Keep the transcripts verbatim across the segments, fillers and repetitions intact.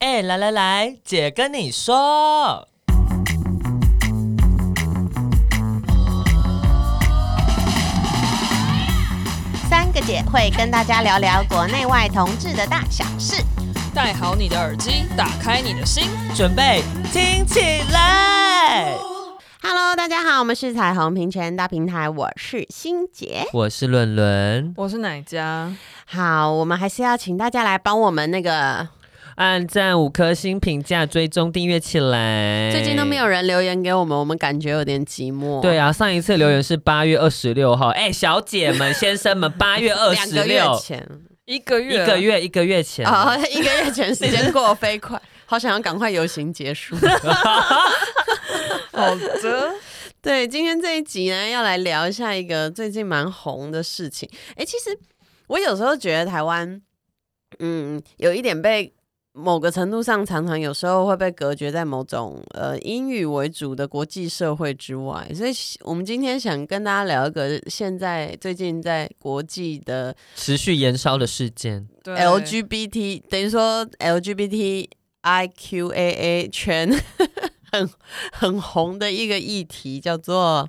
哎、欸，来来来，姐跟你说。 三个姐会跟大家聊聊国内外同志的大小事。 戴好你的耳机，打开你的心， 准备听起来。 Hello， 大家好，我们是彩虹平权大平台，我是欣姐， 我是伦伦， 我是奶家。 好，我们还是要请大家来帮我们那个按赞五颗星评价追踪订阅起来。 最近都没有人留言给我们，我们感觉有点寂寞。 对啊，上一次留言是八月二十六号。哎、欸，小姐们先生们，八月二十六两个月前， 一个月一个月一个月前哦，一个月前，时间过得飞快，好想要赶快游行结束。 好的， 对，今天这一集呢，要来聊一下一个最近蛮红的事情。哎，其实我有时候觉得台湾，嗯，有一点被某个程度上，常常有时候会被隔绝在某种呃英语为主的国际社会之外。所以，我们今天想跟大家聊一个现在最近在国际的持续延烧的事件 ，L G B T， 等于说 L G B T I Q A A 圈。很很红的一个议题叫做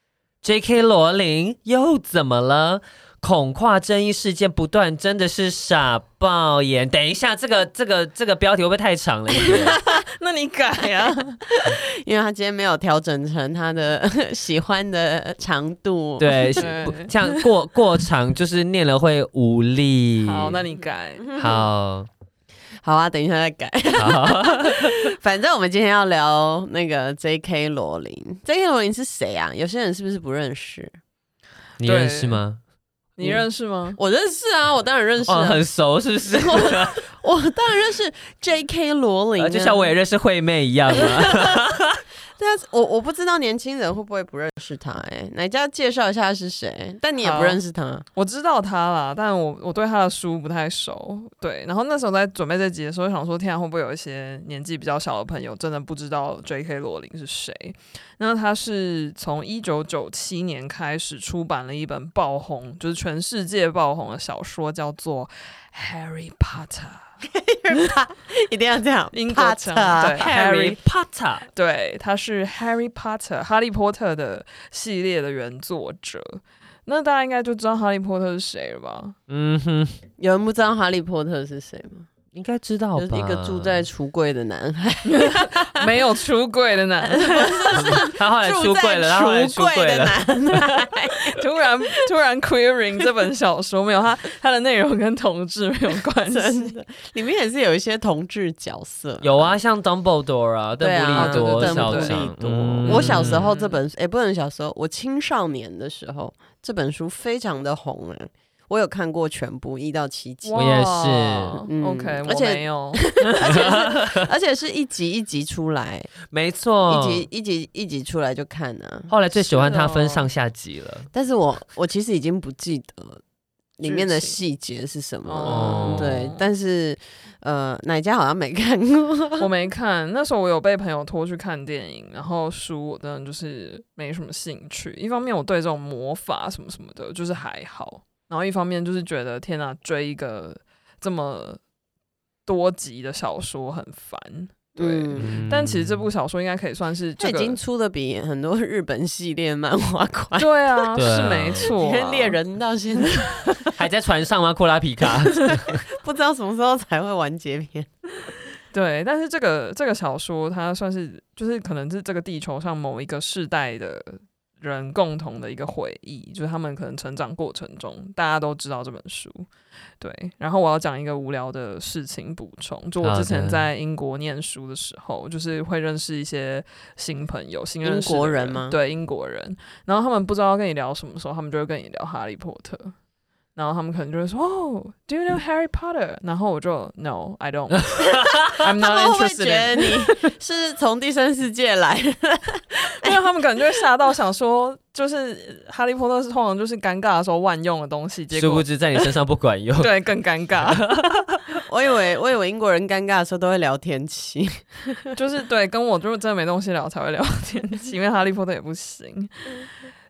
J K 罗琳又怎么了？恐跨争议事件不断，真的是傻爆眼。等一下，这个这个这个标题会不会太长了一点？ 那你改啊， 因为他今天没有调整成他的喜欢的长度。 对，这样过过长就是念了会无力。 好，那你改。 好。 好啊，等一下再改。反正我们今天要聊那个 J K 罗琳。J K 罗琳是谁啊？有些人是不是不认识？ 你认识吗？ 你认识吗？ 我认识啊，我当然认识、啊哦，很熟是不是？ 我, 我当然认识 J K 罗琳、啊， 就像我也认识惠妹一样啊。 对啊，我我不知道年轻人会不会不认识他哎、欸，哪家介绍一下是谁？但你也不认识他， 我知道他啦，但我我对他的书不太熟。对，然后那时候在准备这集的时候，想说天啊，会不会有一些年纪比较小的朋友真的不知道 J K 罗琳是谁？那他是从一九九七年开始出版了一本爆红，就是全世界爆红的小说，叫做《Harry Potter》。 一定要这样， 英国腔对 Harry Potter， 对，他是 Harry Potter 哈利波特的系列的原作者。那大家应该就知道哈利波特是谁了吧？ 嗯哼， 有人不知道哈利波特是谁吗？ 应该知道吧， 就是一个住在橱柜的男孩。 没有出柜的男孩。 他后来出柜了，他后来出柜了。 突然突然 queering 这本小说没有，他他的内容跟同志没有关系， 里面也是有一些同志角色。 有啊，像 Dumbledore 啊，邓布利多校长。 嗯、我小时候这本哎、欸，不能小时候，我青少年的时候，这本书非常的红哎。我有看过全部一到七集， 我也是。 嗯、OK， 而且我没有， 而且是而且是一集一集出来， 没错， 一集一集一集出来就看啊。 后来最喜欢它分上下集了， 但是我我其实已经不记得里面的细节是什么了，哦、对，但是呃，哪家好像没看过， 我没看。那时候我有被朋友拖去看电影，然后书我真的就是没什么兴趣。一方面我对这种魔法什么什么的，就是还好。然后一方面就是觉得天哪，追一个这么多集的小说很烦，对。嗯、但其实这部小说应该可以算是、这个， 它已经出的比很多日本系列漫画快。 对啊，对啊是没错、啊。 猎人到现在还在船上吗？库拉皮卡不知道什么时候才会完结篇。 对，但是这个这个小说它算是就是可能是这个地球上某一个世代的人共同的一个回忆，就是他们可能成长过程中大家都知道这本书。对，然后我要讲一个无聊的事情补充，就我之前在英国念书的时候，就是会认识一些新朋友，新认识的人。 英国人吗？ 对，英国人。然后他们不知道跟你聊什么时候，他们就会跟你聊哈利波特。然后他们可能就会说哦 ，Do you know Harry Potter？ 然后我就 No, I don't. I'm not interested. 他们会觉得你是从第三世界来的， 因为他们可能就会吓到，想说就是哈利波特是通常就是尴尬的时候万用的东西，结果殊不知在你身上不管用， 对，更尴尬。 我以为我以为英国人尴尬的时候都会聊天气， 就是对，跟我如果真的没东西聊才会聊天气，因为哈利波特也不行。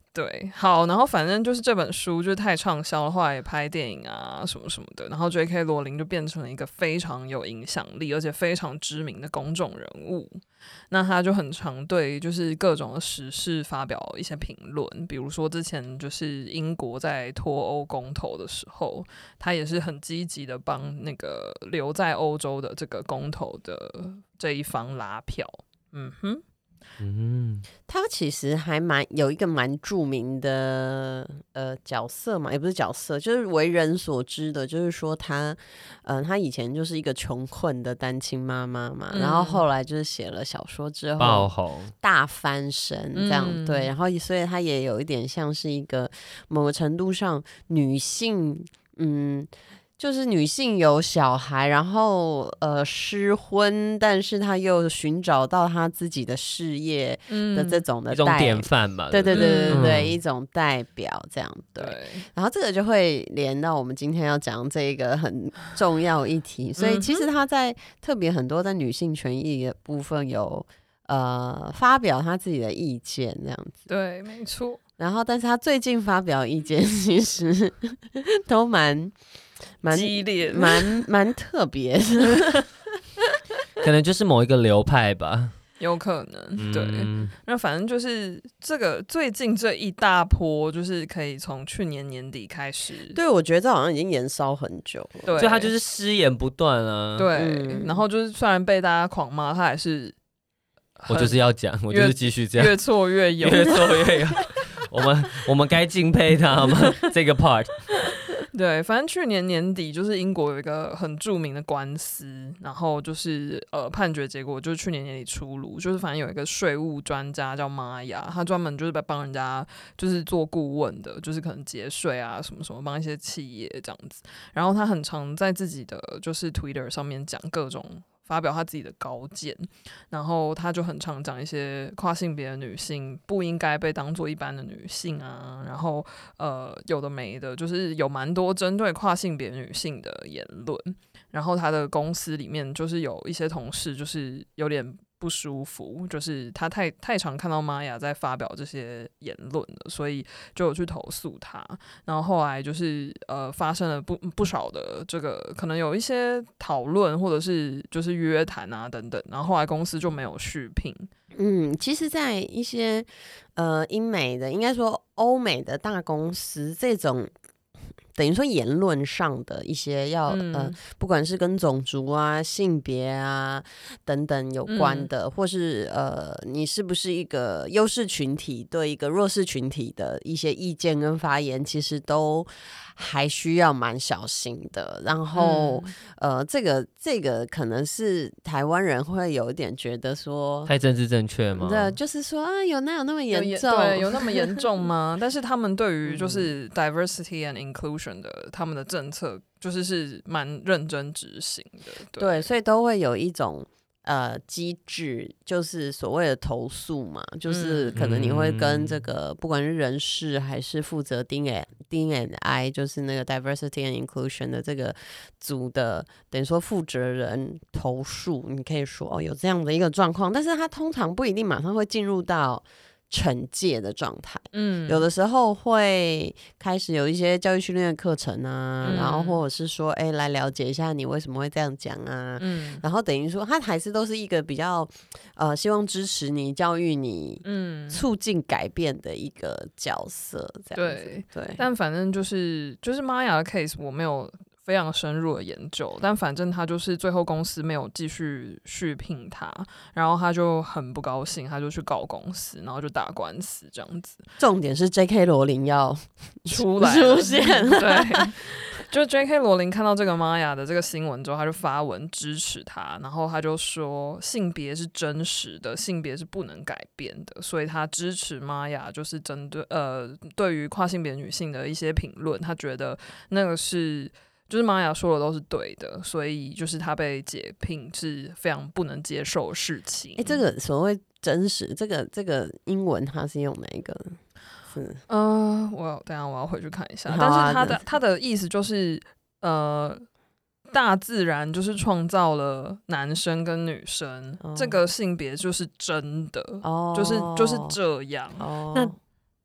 对，好，然后反正就是这本书就是太畅销了，后来也拍电影啊什么什么的，然后 J K 罗琳就变成了一个非常有影响力而且非常知名的公众人物。那他就很常对就是各种的时事发表一些评论，比如说之前就是英国在脱欧公投的时候，他也是很积极的帮那个留在欧洲的这个公投的这一方拉票。嗯哼。 嗯， 他其实还蛮有一个蛮著名的呃角色嘛，也不是角色，就是为人所知的，就是说他，呃，他以前就是一个穷困的单亲妈妈嘛，嗯、然后后来就是写了小说之后爆红， 大翻身这样、嗯、对，然后所以他也有一点像是一个某个程度上女性，嗯。就是女性有小孩，然后呃失婚，但是她又寻找到她自己的事业的这种的代、嗯、 一种典范吧， 对对对对对、嗯， 嗯、 一种代表这样 对, 对。 然后这个就会连到我们今天要讲这个很重要议题，所以其实她在特别很多在女性权益的部分有呃发表她自己的意见这样子， 对，没错。 然后，但是她最近发表意见其实都蛮。蛮激烈， 蛮蛮特别的， 可能就是某一个流派吧， 有可能。对，嗯、那反正就是这个最近这一大波，就是可以从去年年底开始。 对，我觉得这好像已经延烧很久了。 对， 就他就是失言不断啊。 对、 嗯， 然后就是虽然被大家狂骂，他还是我就是要讲，我就是继续这样， 越挫越勇， 越挫越勇。我们我们该敬佩他吗？这个 part。 对，反正去年年底就是英国有一个很著名的官司，然后就是呃判决结果就是去年年底出炉，就是反正有一个税务专家叫玛雅，他专门就是在帮人家就是做顾问的，就是可能节税啊什么什么，帮一些企业这样子。然后他很常在自己的就是 Twitter 上面讲各种。发表他自己的高见，然后他就很常讲一些跨性别的女性不应该被当作一般的女性啊，然后呃有的没的，就是有蛮多针对跨性别女性的言论。然后他的公司里面就是有一些同事就是有点不舒服，就是他太太常看到玛雅在发表这些言论了，所以就有去投诉他。然后后来就是呃发生了不不少的这个可能有一些讨论或者是就是约谈啊等等，然后后来公司就没有续聘。 嗯，其实，在一些呃英美的，应该说欧美的大公司，这种。等于说言论上的一些要、嗯、呃，不管是跟种族啊、性别啊等等有关的，嗯、或是呃，你是不是一个优势群体对一个弱势群体的一些意见跟发言，其实都还需要蛮小心的。然后、嗯、呃，这个这个可能是台湾人会有一点觉得说太政治正确吗？ 对，就是说啊，有那有那么严重？ 对，有那么严重吗？但是他们对于就是 diversity and inclusion。的他们的政策就是是蛮认真执行的， 对, 对，所以都会有一种呃机制，就是所谓的投诉嘛，就是可能你会跟这个、嗯、不管是人事还是负责 D and I 就是那个 diversity and inclusion 的这个组的等于说负责人投诉，你可以说哦有这样的一个状况，但是他通常不一定马上会进入到惩戒的状态，嗯，有的时候会开始有一些教育训练的课程啊、嗯，然后或者是说，哎、欸，来了解一下你为什么会这样讲啊，嗯，然后等于说，他还是都是一个比较，呃，希望支持你、教育你、嗯，促进改变的一个角色，这样子，对，对。 但反正就是就是玛雅的 case， 我没有非常深入的研究，但反正他就是最后公司没有继续续聘他，然后他就很不高兴，他就去告公司，然后就打官司这样子。 重点是 J K 罗琳要出来出现， 对，就 J K 罗琳看到这个玛雅的这个新闻之后，他就发文支持他，然后他就说性别是真实的，性别是不能改变的，所以他支持玛雅，就是针对呃对于跨性别女性的一些评论，他觉得那个是。就是玛雅说的都是对的，所以就是他被解聘是非常不能接受的事情。 哎、欸，这个所谓真实，这个这个英文它是用哪一个？是呃，我等一下我要回去看一下。但是他的他的意思就是呃。大自然就是创造了男生跟女生，哦、这个性别就是真的，哦、就是就是这样。 哦、那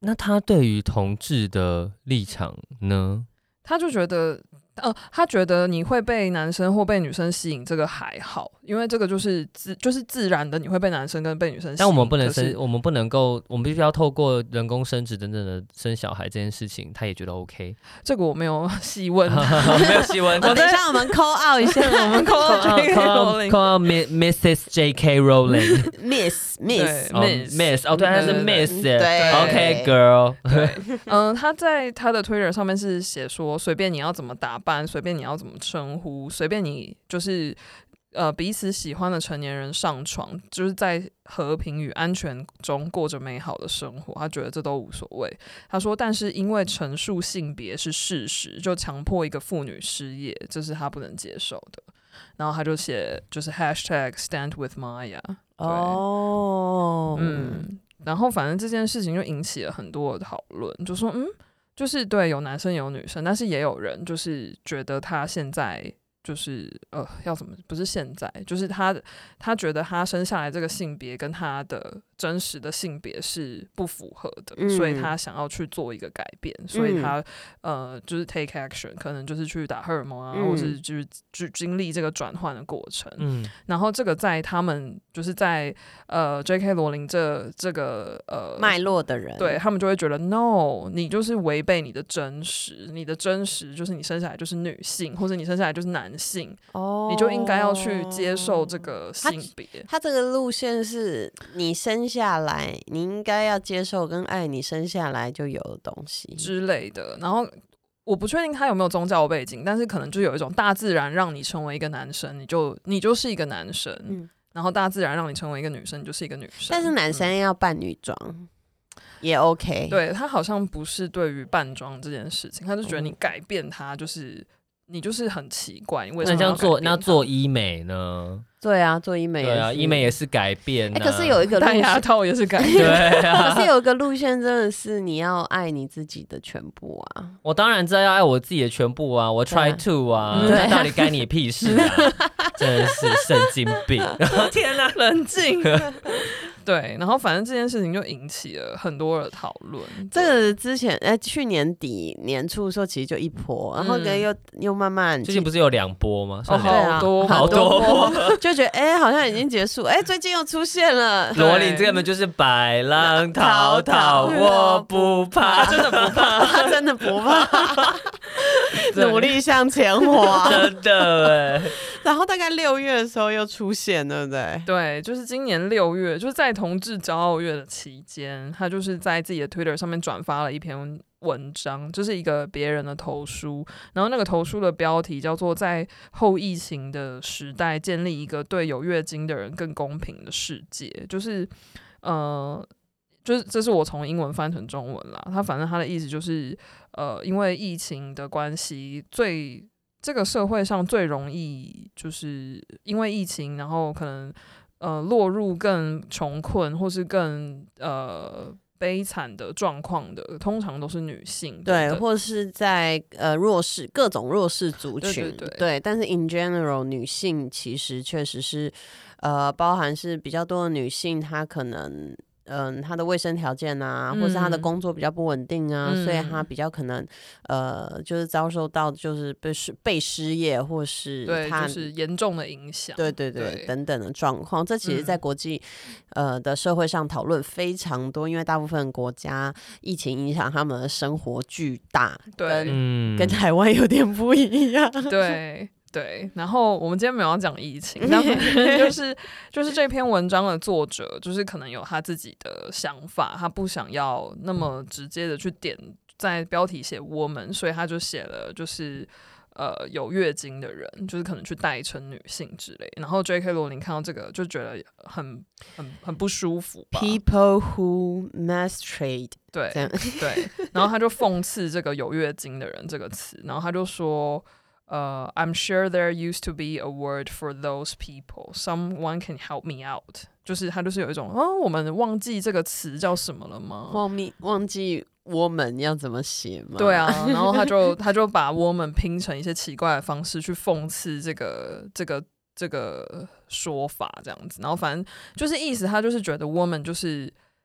那他对于同志的立场呢？ 他就觉得。呃，他觉得你会被男生或被女生吸引，这个还好，因为这个就是自就是自然的，你会被男生跟被女生吸引。 但我们不能生，我们不能够，我们必须要透过人工生殖等等的生小孩这件事情，他也觉得 OK。 这个我没有细问， 没有细问。 等一下，我们 call out 一下， 我们 call out J K Rowling，call out Missus J K Rowling，Miss Miss Miss， 哦，对，他是 Miss， 对 ，OK Girl， 对，嗯，他在他的 Twitter 上面是写说，随便你要怎么打扮，随便你要怎么称呼，随便你就是呃彼此喜欢的成年人上床，就是在和平与安全中过着美好的生活，他觉得这都无所谓。他说，但是因为陈述性别是事实，就强迫一个妇女失业，这是他不能接受的。然后他就写就是 hashtag stand with Maya。 哦， 嗯，然后反正这件事情就引起了很多的讨论，就说嗯。就是对，有男生有女生，但是也有人就是觉得他现在就是呃要怎么不是现在，就是他他觉得他生下来这个性别跟他的真实的性别是不符合的，嗯、所以他想要去做一个改变，所以他、嗯、呃就是 take action， 可能就是去打荷尔蒙啊，嗯、或是就是去经历这个转换的过程。嗯，然后这个在他们就是在呃 J K 罗琳这这个呃脉络的人， 对他们就会觉得 no， 你就是违背你的真实，你的真实就是你生下来就是女性，或者你生下来就是男性，哦，你就应该要去接受这个性别。 他这个路线是你生下来，你应该要接受跟爱你生下来就有的东西之类的。然后我不确定他有没有宗教背景，但是可能就有一种大自然让你成为一个男生，你就你就是一个男生，嗯、然后大自然让你成为一个女生，你就是一个女生。 但是男生要扮女装。嗯也 OK， 对，他好像不是对于扮装这件事情，他就觉得你改变他就是你就是很奇怪，你为什么要改变他？ 那这样做，那做医美呢？ 对啊，做医美也是， 对啊，医美也是改变、啊。 哎、欸，可是有一个戴牙套也是改变， 对啊。 可是有一个路线真的是你要爱你自己的全部啊！ 我当然知道要爱我自己的全部啊，我 try to 啊，那到底该你屁事啊？真的是神经病！ 天哪，冷静。对，然后反正这件事情就引起了很多的讨论。 这个之前哎、欸，去年底年初的时候其实就一波，然后跟又、嗯、又慢慢最近不是有两波吗？ 哦，好多好多波， 就觉得哎、欸、好像已经结束，哎、欸、最近又出现了。 罗琳这根本就是白浪滔滔，我不怕， 真的不怕， 他真的不怕，努力向前滑， 真的哎。 然后大概六月的时候又出现，对不对？ 对，就是今年六月，就是在同志骄傲月的期间，他就是在自己的 Twitter 上面转发了一篇文章，就是一个别人的投书，然后那个投书的标题叫做在后疫情的时代建立一个对有月经的人更公平的世界，就是呃就是这是我从英文翻成中文啦，他反正他的意思就是呃因为疫情的关系，最这个社会上最容易就是因为疫情，然后可能呃落入更穷困或是更呃悲惨的状况的，通常都是女性， 对，或是在呃弱势各种弱势族群， 对对对， 对，但是 in general 女性其实确实是呃包含是比较多的女性，她可能。嗯，他的卫生条件啊，嗯、或是他的工作比较不稳定啊，嗯、所以他比较可能呃，就是遭受到就是被失被失业，或是对， 他就是严重的影响， 对对 对, 对等等的状况。这其实在国际、嗯、呃的社会上讨论非常多，因为大部分国家疫情影响他们的生活巨大， 对， 跟、 嗯、 跟台湾有点不一样， 对。对，然后我们今天没有要讲疫情，但就是就是这篇文章的作者，就是可能有他自己的想法，他不想要那么直接的去点在标题写 woman， 所以他就写了就是呃有月经的人，就是可能去代称女性之类。然后 J K 罗琳看到这个就觉得很很很不舒服吧 ，People who menstruate， 对对，然后他就讽刺这个有月经的人这个词，然后他就说。Uh, I'm sure there used to be a word for those people. Someone can help me out. 就是他就是有一种哦，我们忘记这个词叫什么了吗？ 忘记忘记 woman 要怎么写吗？ 对啊，然后他就他就把 woman 拼成一些奇怪的方式去讽刺这个这个这个说法这样子。然后反正就是意思，他就是觉得 woman 就是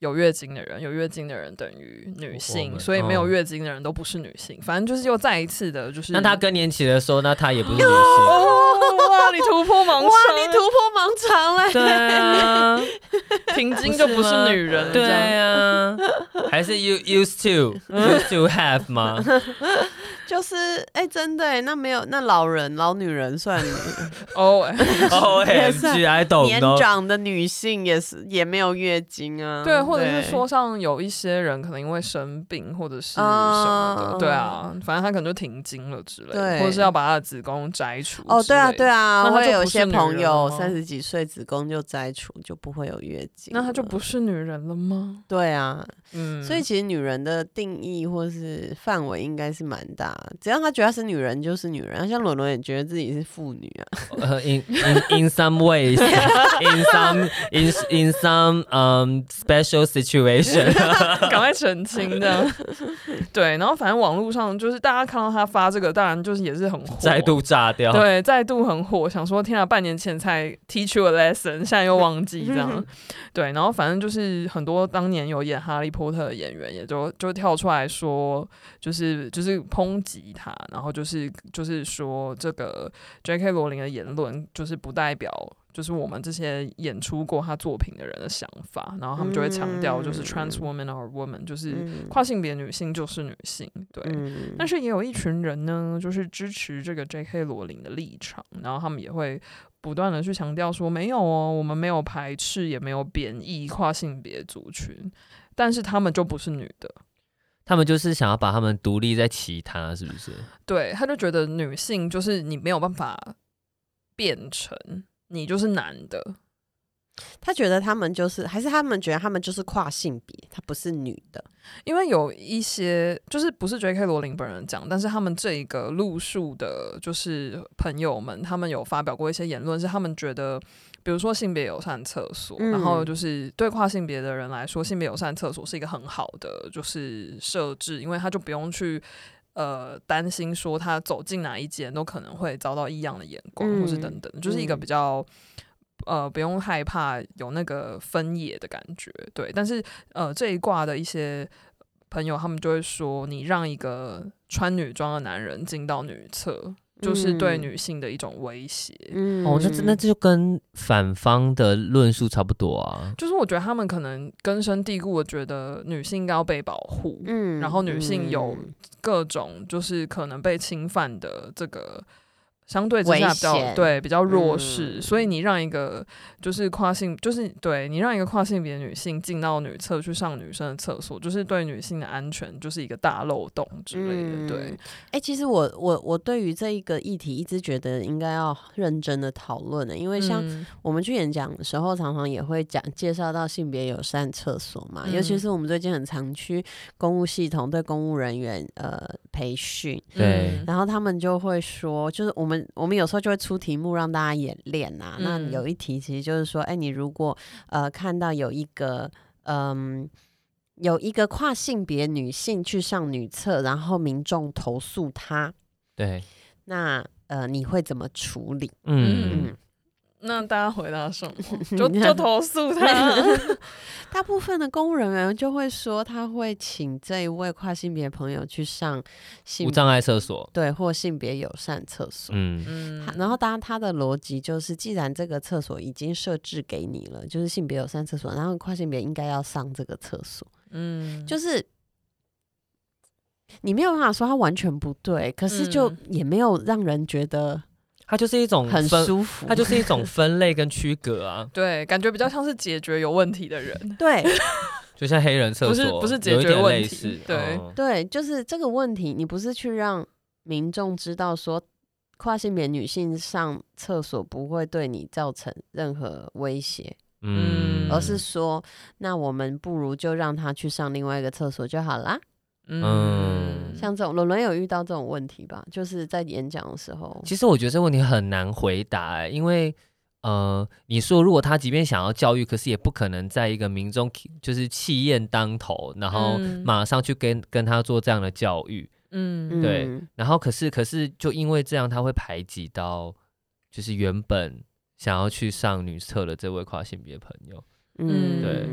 有月经的人，有月经的人等于女性，所以没哦有月经的人都不是女性。反正就是又再一次的，就是那他更年期的时候，那他也不是女性。 哦，哇，你突破盲肠， 哇，你突破盲肠了。 对啊， 停经就不是女人了， 对这样啊，还是 you used to used to have 吗？ 就是哎、欸，真的哎，那没有那老人老女人算哦 ，O M G，I don't 年 know。 长的女性也是也没有月经啊， 对，或者是说像有一些人可能因为生病或者是什么的， 嗯对啊，反正他可能就停经了之类的， 对或者是要把他的子宫摘除。 哦，对啊，对啊， 那他就我也有些不是女人朋友了吗三十几岁子宫就摘除，就不会有月经， 那他就不是女人了吗？ 对啊， 嗯， 所以其实女人的定义或是范围应该是蛮大，只要她觉得她是女人就是女人，像伦伦也觉得自己是妇女啊。 Uh, in in in some ways, in some in in some um special situation 。 赶快澄清这样。对，然后反正网络上就是大家看到他发这个，当然就是也是很火， 再度炸掉。 对，再度很火，想说天啊，半年前才 teach you a lesson， 现在又忘记这样。对，然后反正就是很多当年有演哈利波特的演员也就就跳出来说，就是就是抨击他，然后就是就是说这个 J K 罗琳的言论就是不代表就是我们这些演出过他作品的人的想法，然后他们就会强调就是 trans woman or woman， 就是跨性别女性就是女性，对。 嗯、 但是也有一群人呢，就是支持这个 J K 罗琳的立场，然后他们也会不断的去强调说，没有哦，我们没有排斥，也没有贬义跨性别族群，但是他们就不是女的。 他们就是想要把他们独立在其他，是不是？ 对，他就觉得女性就是你没有办法变成你就是男的， 他觉得他们就是还是他们觉得他们就是跨性别，他不是女的。 因为有一些就是不是 J K 罗琳本人讲，但是他们这一个路数的就是朋友们，他们有发表过一些言论，是他们觉得比如说性别友善厕所、嗯、然后就是对跨性别的人来说，性别友善厕所是一个很好的就是设置，因为他就不用去呃担心说他走进哪一间都可能会遭到异样的眼光、嗯、或是等等，就是一个比较呃，不用害怕有那个分野的感觉，对。但是呃，这一挂的一些朋友，他们就会说，你让一个穿女装的男人进到女厕，就是对女性的一种威胁。 嗯，哦，那真的就跟反方的论述差不多啊。 就是我觉得他们可能根深蒂固的觉得女性应该要被保护，嗯，然后女性有各种就是可能被侵犯的这个。相对之下比较对比较弱势、嗯，所以你让一个就是跨性，就是对你让一个跨性别女性进到女厕去上女生的厕所，就是对女性的安全就是一个大漏洞之类的。嗯、对， 哎、欸，其实我我我对于这一个议题一直觉得应该要认真的讨论的，因为像我们去演讲的时候，常常也会讲介绍到性别友善厕所嘛、嗯，尤其是我们最近很常去公务系统对公务人员呃培训， 对、嗯， 然后他们就会说，就是我们。我们有时候就会出题目让大家演练啊、嗯，那有一题其实就是说，哎，你如果呃看到有一个嗯有一个跨性别女性去上女厕，然后民众投诉她， 对， 那呃你会怎么处理？ 嗯。 嗯那大家回答什么？就就投诉他。 大部分的公务人员就会说，他会请这一位跨性别朋友去上性无障碍厕所， 对，或性别友善厕所。嗯嗯。然后当然他的逻辑就是，既然这个厕所已经设置给你了，就是性别友善厕所，然后跨性别应该要上这个厕所。嗯，就是你没有办法说他完全不对，可是就也没有让人觉得。 它就是一种很舒服， 它就是一种分类跟区隔啊。 对，感觉比较像是解决有问题的人。 对， 就像黑人厕所， 不是不是解决问题。对、 哦、 对，就是这个问题，你不是去让民众知道说跨性别女性上厕所不会对你造成任何威胁，嗯，而是说，那我们不如就让他去上另外一个厕所就好啦。嗯，像这种伦伦有遇到这种问题吧？就是在演讲的时候， 其实我觉得这个问题很难回答、欸，因为呃，你说如果他即便想要教育，可是也不可能在一个民众就是气焰当头，然后马上去跟跟他做这样的教育，嗯，对，然后可是可是就因为这样，他会排挤到就是原本想要去上女厕的这位跨性别朋友，嗯，对。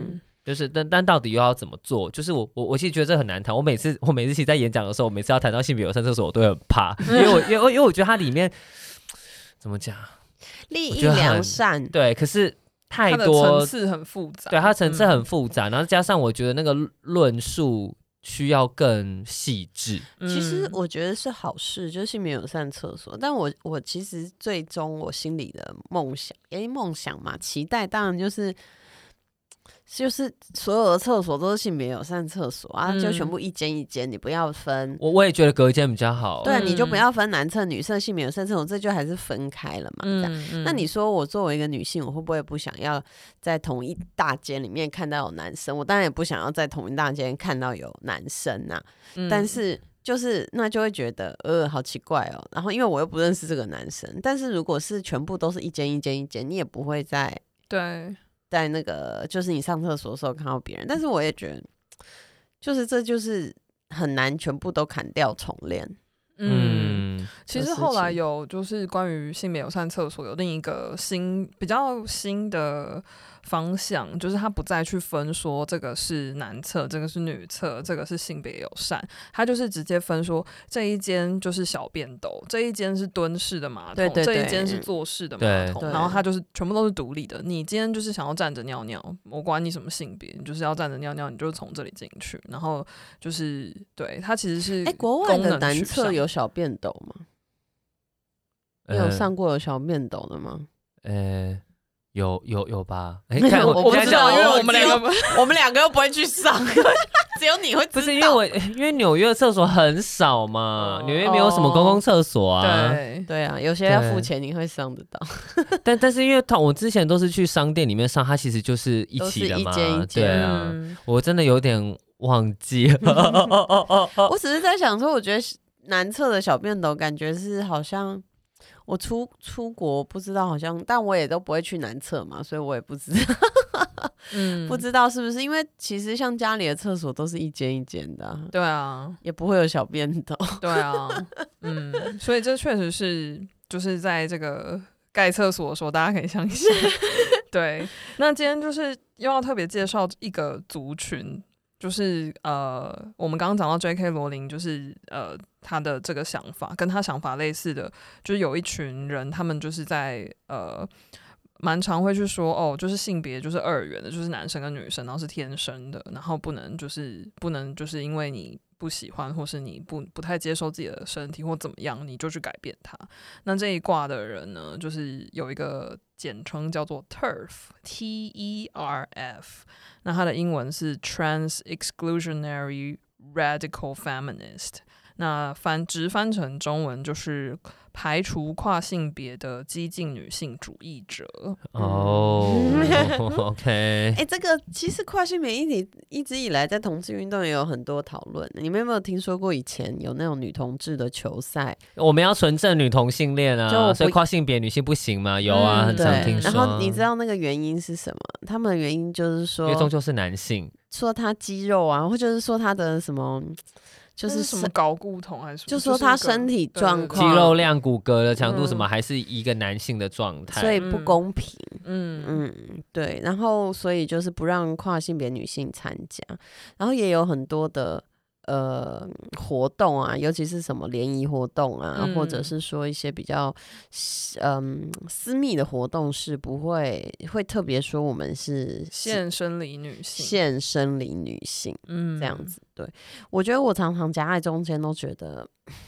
就是但但到底又要怎么做？就是我我我其实觉得这很难谈。我每次我每次其实在演讲的时候，我每次要谈到性别友善厕所，我都会很怕，因为我因为因为我觉得它里面怎么讲， 利益良善， 对，可是太多它的层次很复杂， 对，它层次很复杂，嗯、然后加上我觉得那个论述需要更细致。 其实我觉得是好事，就是性别友善厕所。但我我其实最终我心里的梦想，哎，梦想嘛，期待当然就是。就是所有的厕所都是性别友善厕所啊，嗯、就全部一间一间，你不要分。 我我也觉得隔间比较好。 对，嗯、你就不要分男厕、女厕、性别友善厕所，这就还是分开了嘛。嗯嗯、那你说我作为一个女性，我会不会不想要在同一大间里面看到有男生？我当然也不想要在同一大间看到有男生啊。嗯、但是就是那就会觉得呃好奇怪哦。然后因为我又不认识这个男生，但是如果是全部都是一间一间一间，你也不会在对。 在那个就是你上厕所的时候看到别人，但是我也觉得，就是这就是很难全部都砍掉重练。 嗯，其实后来有就是关于性别友善厕所有另一个新比较新的方向，就是他不再去分说这个是男厕，这个是女厕，这个是性别友善，他就是直接分说这一间就是小便斗，这一间是蹲式的马桶， 对对对， 这一间是坐式的马桶，然后他就是全部都是独立的。你今天就是想要站着尿尿，我管你什么性别，你就是要站着尿尿，你就从这里进去。然后就是对他其实是哎，国外的男厕有小便斗吗？你有上过有小便斗的吗？ 呃，有有有吧？哎、 欸，我我不知道，因为我们两个我们两个又不会去上，只有你会知道。 不是因为我因为纽约的厕所很少嘛，纽、哦、约没有什么公共厕所啊。 对对啊，有些要付钱你会上得到。 但但是因为我之前都是去商店里面上，它其实就是一起的嘛。 都是一间一间。 对啊，嗯、我真的有点忘记了。 我只是在想说，我觉得男厕的小便斗感觉是好像。我出出国不知道，好像，但我也都不会去男厕嘛，所以我也不知道，嗯，不知道是不是因为其实像家里的厕所都是一间一间的、啊， 对啊， 也不会有小便斗， 对啊，嗯，所以这确实是就是在这个盖厕所的时候，大家可以想一下，对。那今天就是又要特别介绍一个族群。就是呃，我们刚刚讲到 J K 罗琳，就是呃，他的这个想法跟他想法类似的，就是有一群人，他们就是在呃，蛮常会去说，哦，就是性别就是二元的，就是男生跟女生，然后是天生的，然后不能就是不能就是因为你不喜欢或是你不不太接受自己的身体或怎么样，你就去改变它。那这一卦的人呢，就是有一个简称叫做 T E R F T E R F， 那它的英文是 Trans Exclusionary Radical Feminist， 那翻直翻成中文就是排除跨性别的激进女性主义者。 哦、oh, ，OK， 哎、欸，这个其实跨性别议题一直以来在同志运动也有很多讨论。你们有没有听说过以前有那种女同志的球赛？ 我们要纯正女同性恋啊，所以跨性别女性不行吗？有啊，嗯、很常听说。 然后你知道那个原因是什么？他们的原因就是说， 因为终究是男性， 说他肌肉啊，或者是说他的什么。就是什么睾固酮还是什么？ 就说他身体状况、 肌肉量、骨骼的强度什么，还是一个男性的状态， 所以不公平。嗯嗯，对。然后所以就是不让跨性别女性参加，然后也有很多的呃活动啊，尤其是什么联谊活动啊，嗯、或者是说一些比较嗯私密的活动，是不会会特别说我们是现生理女性， 现生理女性，嗯，这样子。对，我觉得我常常夹在中间，都觉得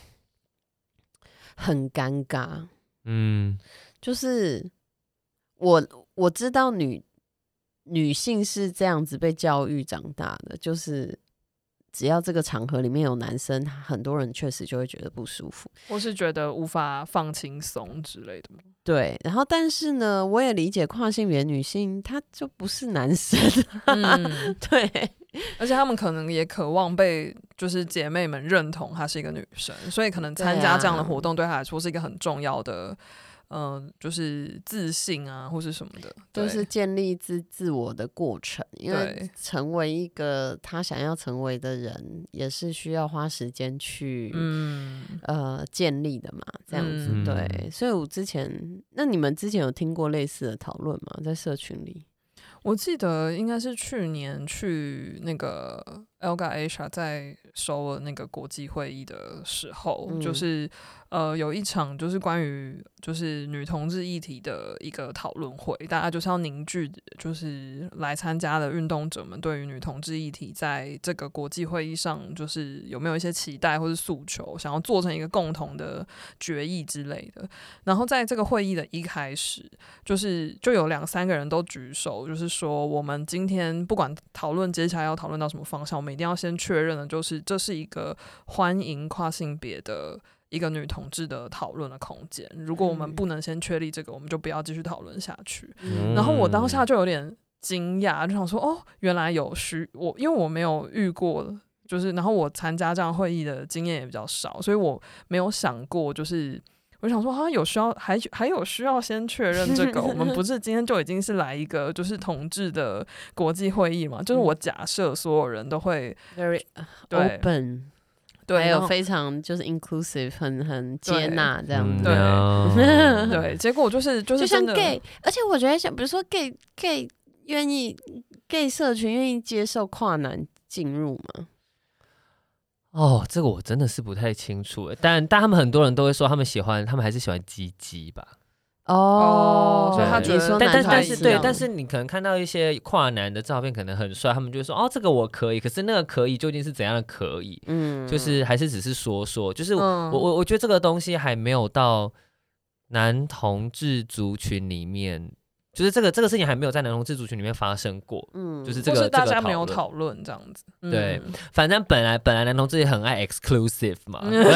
很尴尬。嗯，就是我我知道女女性是这样子被教育长大的，就是只要这个场合里面有男生，很多人确实就会觉得不舒服， 或是觉得无法放轻松之类的吗？ 对，然后但是呢，我也理解跨性别女性，她就不是男生、啊，嗯，对， 而且他们可能也渴望被就是姐妹们认同她是一个女生，所以可能参加这样的活动对她来说是一个很重要的。嗯、呃，就是自信啊，或是什么的， 就是建立自自我的过程。因为成为一个他想要成为的人，也是需要花时间去嗯呃建立的嘛，这样子、嗯、对。所以我之前，那你们之前有听过类似的讨论吗？在社群里？ 我记得应该是去年去那个 Elga Asia 在首尔那个国际会议的时候，嗯、就是呃有一场就是关于就是女同志议题的一个讨论会，大家就是要凝聚就是来参加的运动者们对于女同志议题在这个国际会议上就是有没有一些期待或是诉求，想要做成一个共同的决议之类的。然后在这个会议的一开始，就是就有两三个人都举手，就是说我们今天不管讨论接下来要讨论到什么方向，我们一定要先确认的就是这是一个欢迎跨性别的一个女同志的讨论的空间。如果我们不能先确立这个，我们就不要继续讨论下去。嗯、然后我当下就有点惊讶，就想说哦，原来有需我，因为我没有遇过，就是然后我参加这样会议的经验也比较少，所以我没有想过就是。我想说，好像有需要，还还有需要先确認這個。我們不是今天就已經是來一個就是同志的國際會議嘛？就是我假設所有人都會 very open， 對，還有非常就是 inclusive， 很很接納這樣子。 對、嗯、對，結果就是就是真的就像 gay， 而且我覺得像比如說 gay gay 願意 gay 社群願意接受跨男進入嗎？ 哦，这个我真的是不太清楚，但但他们很多人都会说他们喜欢，他们还是喜欢鸡鸡吧。 哦， 所以他觉得， 但但但是对，但是你可能看到一些跨男的照片，可能很帅，他们就会说哦，这个我可以，可是那个可以究竟是怎样的可以？嗯，就是还是只是说说，就是我、嗯、我我觉得这个东西还没有到男同志族群里面。就是这个这个事情还没有在男同志族群里面发生过，嗯，就是这个或是大家没有讨论这样子， 嗯、对，反正本来本来男同志也很爱 exclusive 嘛，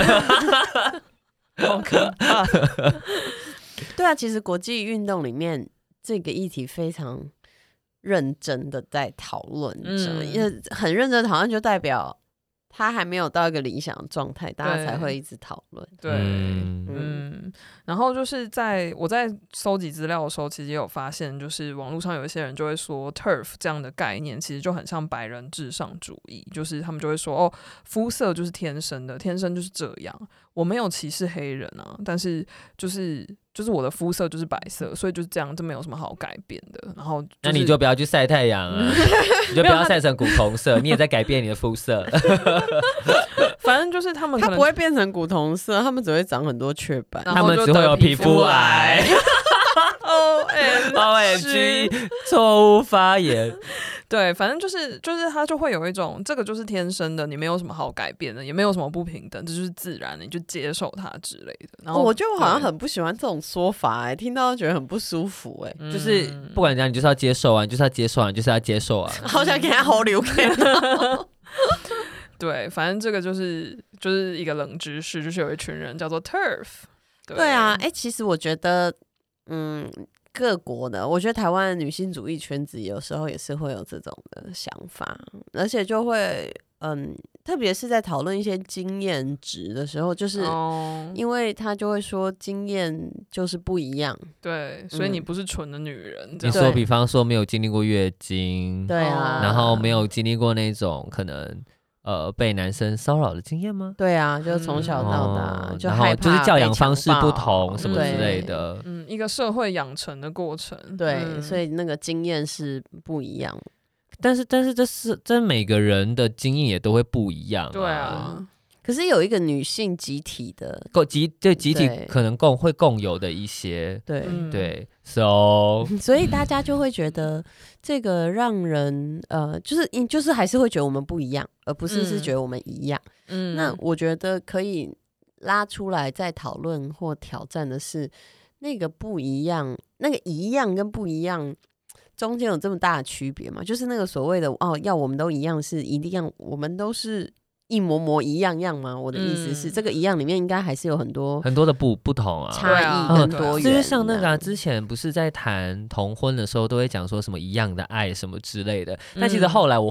好可怕。 对啊，其实国际运动里面这个议题非常认真的在讨论着，因为、嗯、很认真讨论就代表他还没有到一个理想的状态，大家才会一直讨论。 对，嗯, 嗯，然后就是在我在搜集资料的时候，其实也有发现，就是网络上有一些人就会说 T E R F 这样的概念其实就很像白人至上主义，就是他们就会说哦，肤色就是天生的，天生就是这样。我没有歧视黑人啊，但是就是就是我的肤色就是白色，所以就是这样，这没有什么好改变的。然后、就是、 那你就不要去晒太阳啊，你就不要晒成古铜色，你也在改变你的肤色。 反正就是他们可能他不会变成古铜色，他们只会长很多雀斑， 他们只会有皮肤癌。 O M G， 错误发言。 对，反正就是就是他就会有一种这个就是天生的，你没有什么好改变的，也没有什么不平等，这就是自然的，你就接受它之类的。然后、 哦、我就好像很不喜欢这种说法、欸，听到觉得很不舒服、欸，哎、 嗯，就是不管怎样，你就是要接受啊，你就是要接受啊，你就是要接受啊。 好想给他好留看到。 对，反正这个就是就是一个冷知识，就是有一群人叫做 T E R F。对, 对啊，哎、欸，其实我觉得，嗯。各国的，我觉得台湾的女性主义圈子有时候也是会有这种的想法，而且就会，嗯，特别是在讨论一些经验值的时候，就是因为他就会说经验就是不一样， 对，所以你不是纯的女人。嗯、 你说，比方说没有经历过月经， 对啊， 然后没有经历过那种可能。呃，被男生骚扰的经验吗？ 对啊，就从小到大、嗯、就害怕， 就是教养方式不同什么之类的， 嗯，一个社会养成的过程， 对、 嗯， 所以那个经验是不一样。 但是，但是这是这每个人的经验也都会不一样、啊， 对啊。 可是有一个女性集体的共集对集体可能共会共有的一些对、 嗯、 对 ，so 所以大家就会觉得这个让人呃，就是就是还是会觉得我们不一样，而不是是觉得我们一样。嗯，那我觉得可以拉出来再讨论或挑战的是那个不一样，那个一样跟不一样中间有这么大的区别吗？就是那个所谓的哦，要我们都一样是一定要我们都是。一模模一样样吗？我的意思是、嗯，这个一样里面应该还是有很多很多的不不同啊， 差异跟多元。 就是像那个、啊、之前不是在谈同婚的时候，都会讲说什么一样的爱什么之类的。但其实后来我会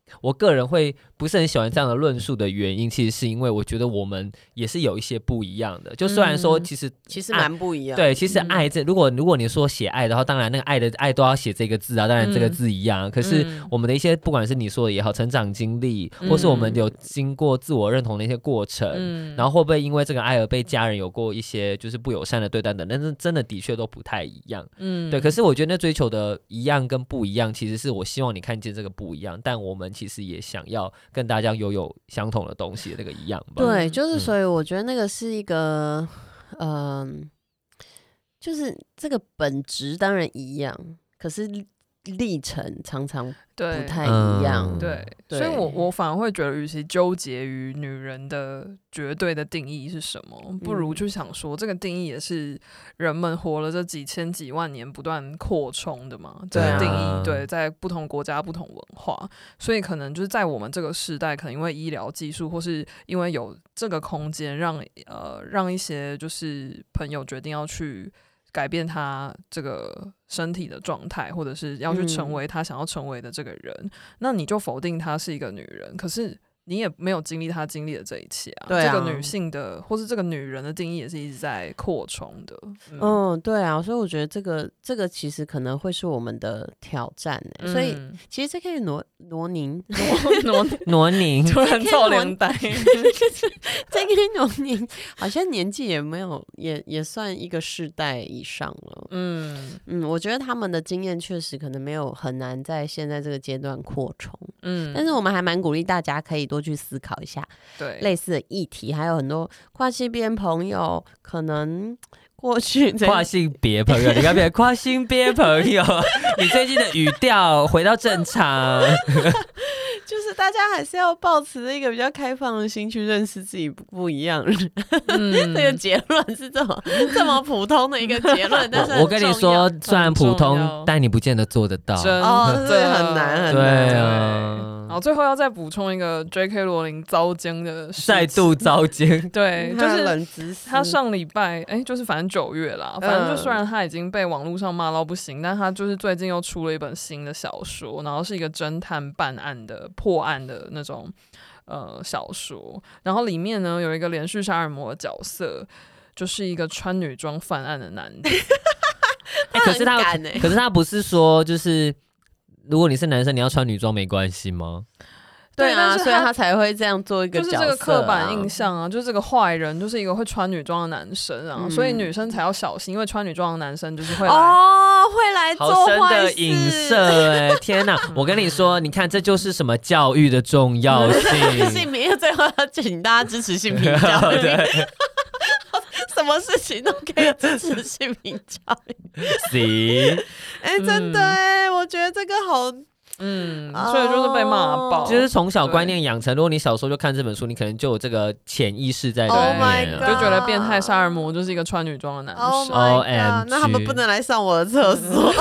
我个人会不是很喜欢这样的论述的原因，其实是因为我觉得我们也是有一些不一样的。就虽然说其实、嗯、 其实蛮不一样， 对，其实爱这、嗯、如果如果你说写爱的话，当然那个爱的爱都要写这个字啊，当然这个字一样。嗯、可是我们的一些不管是你说的也好，成长经历，或是我们有经过自我认同的一些过程，嗯、然后会不会因为这个爱而被家人有过一些就是不友善的对待等，但是真的的确都不太一样。嗯，对。可是我觉得那追求的一样跟不一样，其实是我希望你看见这个不一样，但我们其实也想要跟大家拥有相同的东西的那个一样吧。 对，就是所以我觉得那个是一个，嗯、呃，就是这个本质当然一样，可是历程常常不太一样。 对，对所以我我反而会觉得，与其纠结于女人的绝对的定义是什么，不如就想说，这个定义也是人们活了这几千几万年不断扩充的嘛。这个定义，对，在不同国家、不同文化，所以可能就是在我们这个时代，可能因为医疗技术，或是因为有这个空间让，让呃让一些就是朋友决定要去改变他这个身体的状态，或者是要去成为他想要成为的这个人，嗯、那你就否定他是一个女人，可是你也没有经历他经历的这一切啊。对啊，这个女性的或是这个女人的定义也是一直在扩充的。 嗯, 嗯，对啊，所以我觉得这个这个其实可能会是我们的挑战、欸嗯、所以其实这可以挪挪宁挪挪宁突然臭脸呆这个挪宁好像年纪也没有也也算一个世代以上了。嗯嗯，我觉得他们的经验确实可能没有很难在现在这个阶段扩充。嗯，但是我们还蛮鼓励大家可以多去思考一下对类似的议题，还有很多跨性别朋友可能过去跨性别朋友，你看别跨性别朋友，你最近的语调回到正常。 就是大家还是要抱持一个比较开放的心去认识自己不一样的人。嗯、这个结论是这么这么普通的一个结论，但是我跟你说，虽然普通，但你不见得做得到。 真的， 哦，这很难很难。 对啊。 然后最后要再补充一个 J K 罗琳遭奸的事情， 再度遭奸。 对，就是他上礼拜，哎，就是反正九月啦，反正就虽然他已经被网络上骂到不行，但他就是最近又出了一本新的小说，然后是一个侦探办案的破案的那种呃小说，然后里面呢有一个连续杀人魔的角色，就是一个穿女装犯案的男的。 欸、 可是他，欸、可是他不是说就是。如果你是男生，你要穿女装没关系吗？ 对啊，所以他才会这样做一个角色、啊， 就是这个刻板印象啊，就是这个坏人就是一个会穿女装的男生啊、嗯，所以女生才要小心，因为穿女装的男生就是会来哦，会来做坏事。 好深的影射哎、欸，天哪！我跟你说，你看这就是什么教育的重要性。 性平最后要请大家支持性平教育。什么事情都可以支持性平教育。 行， 哎、欸，真的哎、欸嗯，我觉得这个好。 嗯，所以就是被骂爆， 就是从小观念养成。如果你小时候就看这本书，你可能就有这个潜意识在里面、 啊 oh 就觉得变态杀人魔就是一个穿女装的男生。 Oh my god， 那他们不能来上我的厕所。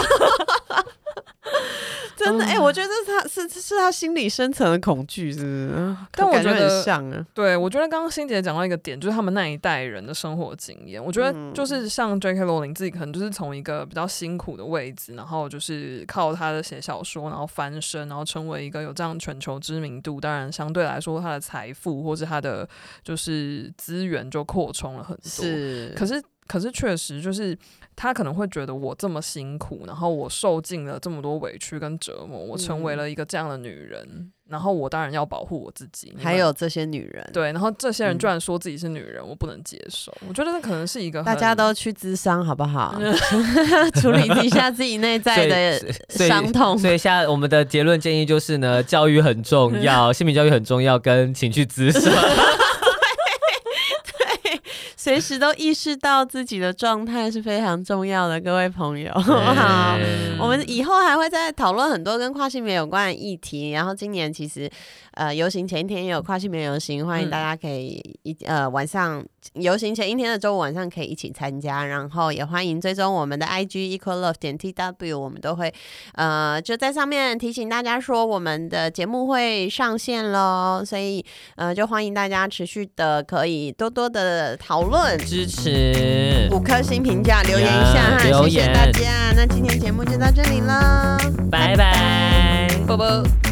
真的哎、欸，我觉得这是他是是他心理深层的恐惧，是不是？ 但我觉得很像啊。 对，我觉得刚刚欣姐讲到一个点，就是他们那一代人的生活经验。我觉得就是像 J K 罗琳自己，可能就是从一个比较辛苦的位置，然后就是靠他的写小说，然后翻身，然后成为一个有这样全球知名度。当然，相对来说，他的财富或是他的就是资源就扩充了很多。 是， 可是。可是确实就是他可能会觉得我这么辛苦，然后我受尽了这么多委屈跟折磨，我成为了一个这样的女人、嗯、然后我当然要保护我自己。 还有这些女人， 对，然后这些人居然说自己是女人、嗯、我不能接受。我觉得这可能是一个大家都去諮商好不好？处理一下自己内在的伤痛。 所以现在我们的结论建议就是呢，教育很重要，性平教育很重要，跟请去諮商。 随时都意识到自己的状态是非常重要的，各位朋友。好，我们以后还会再讨论很多跟跨性别有关的议题。然后今年其实呃游行前一天也有跨性别游行，欢迎大家可以一呃晚上游行前一天的周五晚上可以一起参加。然后也欢迎追踪我们的 I G equal love 点 T W， 我们都会呃就在上面提醒大家说我们的节目会上线咯，所以呃就欢迎大家持续的可以多多的讨论。 支持五颗星评价，留言一下哈，谢谢大家。那今天节目就到这里了， 拜拜， 啵啵。